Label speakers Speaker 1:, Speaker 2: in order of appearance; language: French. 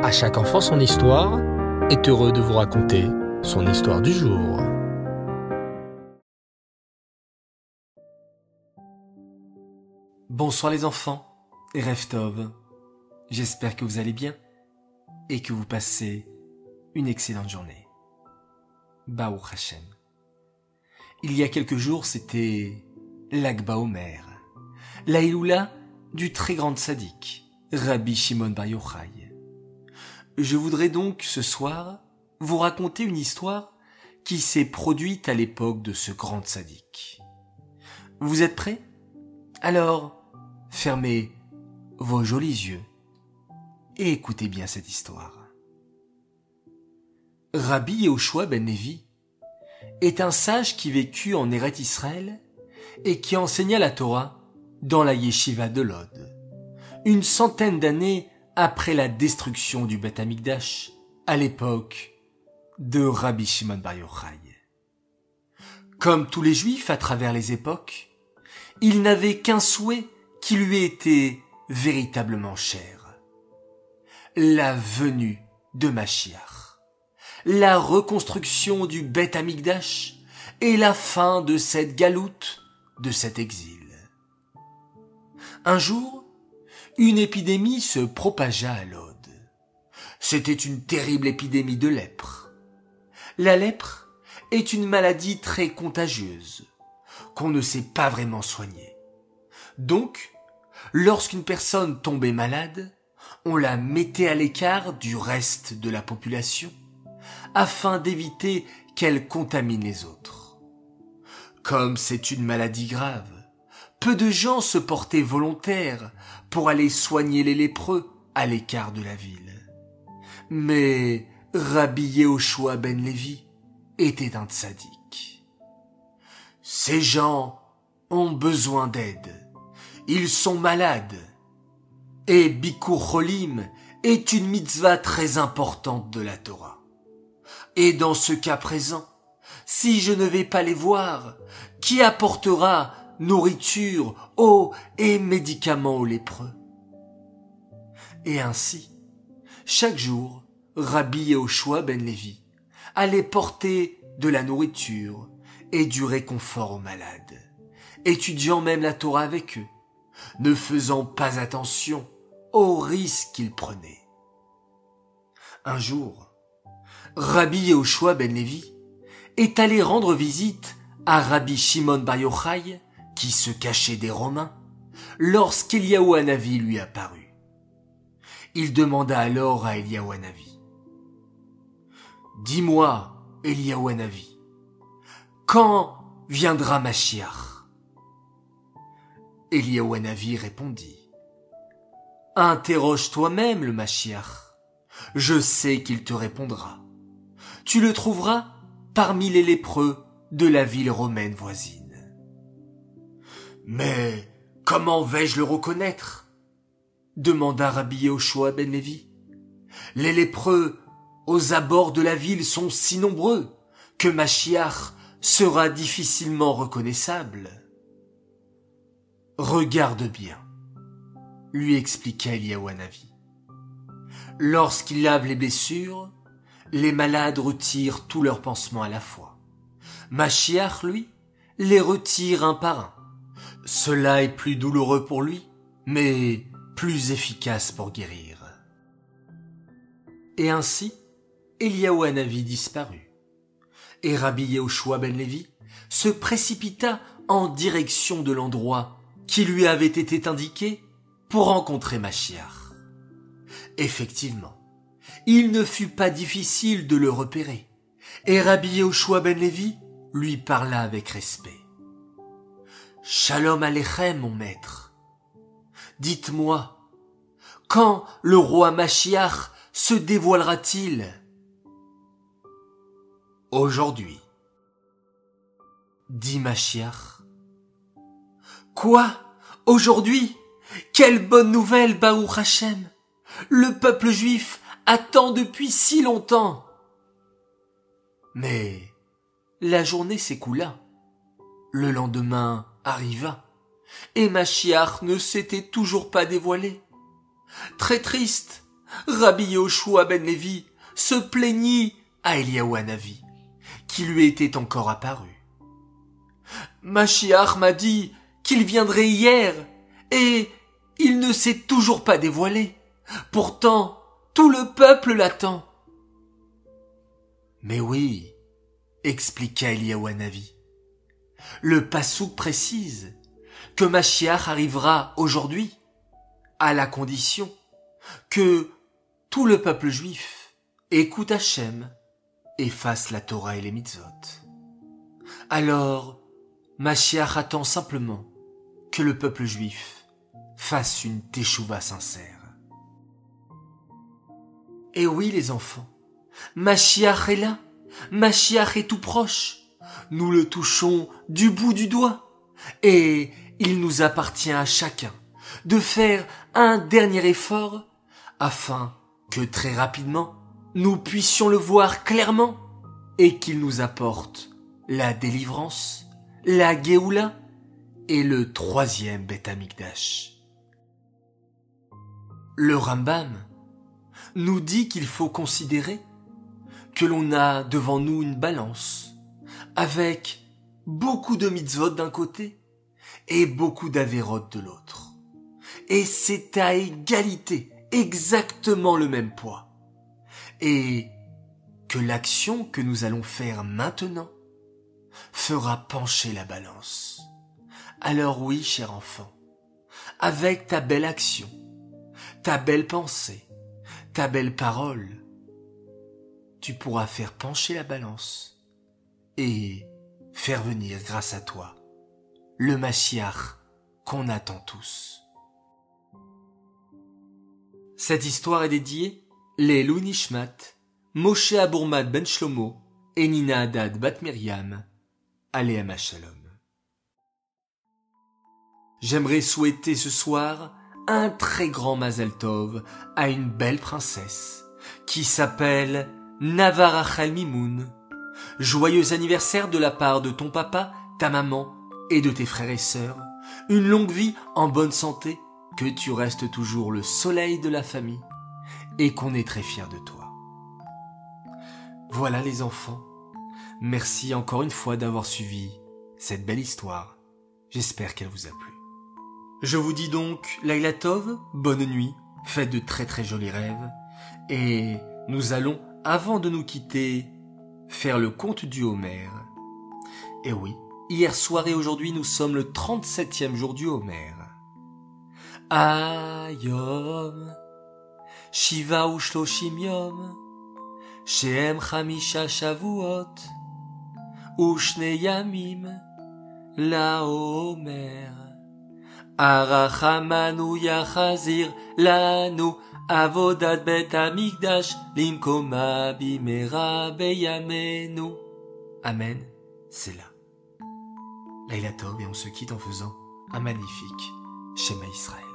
Speaker 1: À chaque enfant son histoire est heureux de vous raconter son histoire du jour.
Speaker 2: Bonsoir les enfants, Erev Tov. J'espère que vous allez bien et que vous passez une excellente journée. Baruch Hashem. Il y a quelques jours, c'était l'Ag Baomer, la Iloula du très grand tzaddik, Rabbi Shimon Bar Yochai. Je voudrais donc ce soir vous raconter une histoire qui s'est produite à l'époque de ce grand tzaddik. Vous êtes prêts? Alors, fermez vos jolis yeux et écoutez bien cette histoire. Rabbi Yehoshua ben Levi est un sage qui vécut en Eretz Israël et qui enseigna la Torah dans la yeshiva de Lod, une centaine d'années après la destruction du Beth Amikdash, à l'époque de Rabbi Shimon Bar Yochai. Comme tous les Juifs à travers les époques, il n'avait qu'un souhait qui lui était véritablement cher. La venue de Mashiach, la reconstruction du Beth Amikdash et la fin de cette galoute, de cet exil. Un jour, une épidémie se propagea à Lod. C'était une terrible épidémie de lèpre. La lèpre est une maladie très contagieuse, qu'on ne sait pas vraiment soigner. Donc, lorsqu'une personne tombait malade, on la mettait à l'écart du reste de la population, afin d'éviter qu'elle contamine les autres. Comme c'est une maladie grave, peu de gens se portaient volontaires pour aller soigner les lépreux à l'écart de la ville. Mais Rabbi Yehoshua ben Levi était un tzaddik. Ces gens ont besoin d'aide. Ils sont malades. Et Bikur Cholim est une mitzvah très importante de la Torah. Et dans ce cas présent, si je ne vais pas les voir, qui apportera nourriture, eau et médicaments aux lépreux? Et ainsi, chaque jour, Rabbi Yehoshua ben Levi allait porter de la nourriture et du réconfort aux malades, étudiant même la Torah avec eux, ne faisant pas attention aux risques qu'ils prenaient. Un jour, Rabbi Yehoshua ben Levi est allé rendre visite à Rabbi Shimon Bar Yochai, qui se cachait des Romains, lorsqu'Eliaou Hanavi lui apparut. Il demanda alors à Eliaou Hanavi: « Dis-moi, Eliaou Hanavi, quand viendra Mashiach ?» Eliaou Hanavi répondit: « Interroge toi-même le Mashiach. Je sais qu'il te répondra. Tu le trouveras parmi les lépreux de la ville romaine voisine. » « Mais comment vais-je le reconnaître ?» demanda Rabbi Yehoshua ben Levi. « Les lépreux aux abords de la ville sont si nombreux que Mashiach sera difficilement reconnaissable. »« Regarde bien, » lui expliqua Eliaou Hanavi. « Lorsqu'il lave les blessures, les malades retirent tous leurs pansements à la fois. Mashiach, lui, les retire un par un. Cela est plus douloureux pour lui, mais plus efficace pour guérir. » Et ainsi, Eliaou Hanavi disparut. Et Rabbi Yehoshua ben Levi se précipita en direction de l'endroit qui lui avait été indiqué pour rencontrer Mashiach. Effectivement, il ne fut pas difficile de le repérer, et Rabbi Yehoshua ben Levi lui parla avec respect. « Shalom Aleichem, mon maître. Dites-moi, quand le roi Mashiach se dévoilera-t-il ?»« Aujourd'hui, » dit Mashiach. « Quoi? Aujourd'hui? Quelle bonne nouvelle, Baruch Hashem! Le peuple juif attend depuis si longtemps. » Mais la journée s'écoula. Le lendemain arriva, et Mashiach ne s'était toujours pas dévoilé. Très triste, Rabbi Yehoshua ben Lévi se plaignit à Eliyahu Hanavi, qui lui était encore apparu. Mashiach m'a dit qu'il viendrait hier, et il ne s'est toujours pas dévoilé. Pourtant, tout le peuple l'attend. Mais oui, expliqua Eliyahu Hanavi, le passouk précise que Mashiach arrivera aujourd'hui, à la condition que tout le peuple juif écoute Hachem et fasse la Torah et les mitzvot. Alors, Mashiach attend simplement que le peuple juif fasse une teshuva sincère. Et oui, les enfants, Mashiach est là, Mashiach est tout proche. Nous le touchons du bout du doigt. Et il nous appartient à chacun de faire un dernier effort afin que très rapidement nous puissions le voir clairement et qu'il nous apporte la délivrance, la Géoula et le 3e Beth Amikdash. Le Rambam nous dit qu'il faut considérer que l'on a devant nous une balance avec beaucoup de mitzvot d'un côté et beaucoup d'avérot de l'autre. Et c'est à égalité, exactement le même poids. Et que l'action que nous allons faire maintenant fera pencher la balance. Alors oui, cher enfant, avec ta belle action, ta belle pensée, ta belle parole, tu pourras faire pencher la balance et faire venir grâce à toi le Mashiach qu'on attend tous. Cette histoire est dédiée Leilou Nishmat, Moshe Abourmad ben Shlomo et Nina Haddad bat Myriam, Aléama Shalom. J'aimerais souhaiter ce soir un très grand Mazel Tov à une belle princesse qui s'appelle Nava Rachel Mimoun. Joyeux anniversaire de la part de ton papa, ta maman et de tes frères et sœurs. Une longue vie en bonne santé, que tu restes toujours le soleil de la famille et qu'on est très fiers de toi. Voilà les enfants, merci encore une fois d'avoir suivi cette belle histoire. J'espère qu'elle vous a plu. Je vous dis donc Laila Tov, bonne nuit, faites de très très jolis rêves et nous allons, avant de nous quitter, faire le conte du Homer. Et oui, hier soir et aujourd'hui nous sommes le 37e jour du Homer. Ayom, Shiva u'shloshim yom, shehem chamisha shavuot, u'shnei yamim, laOmer. Arachamanu yachazir lanu, avodat bet hamikdash, limkoma bimera beyamenu. Amen, c'est là. Laila Tov, et on se quitte en faisant un magnifique Shema Israël.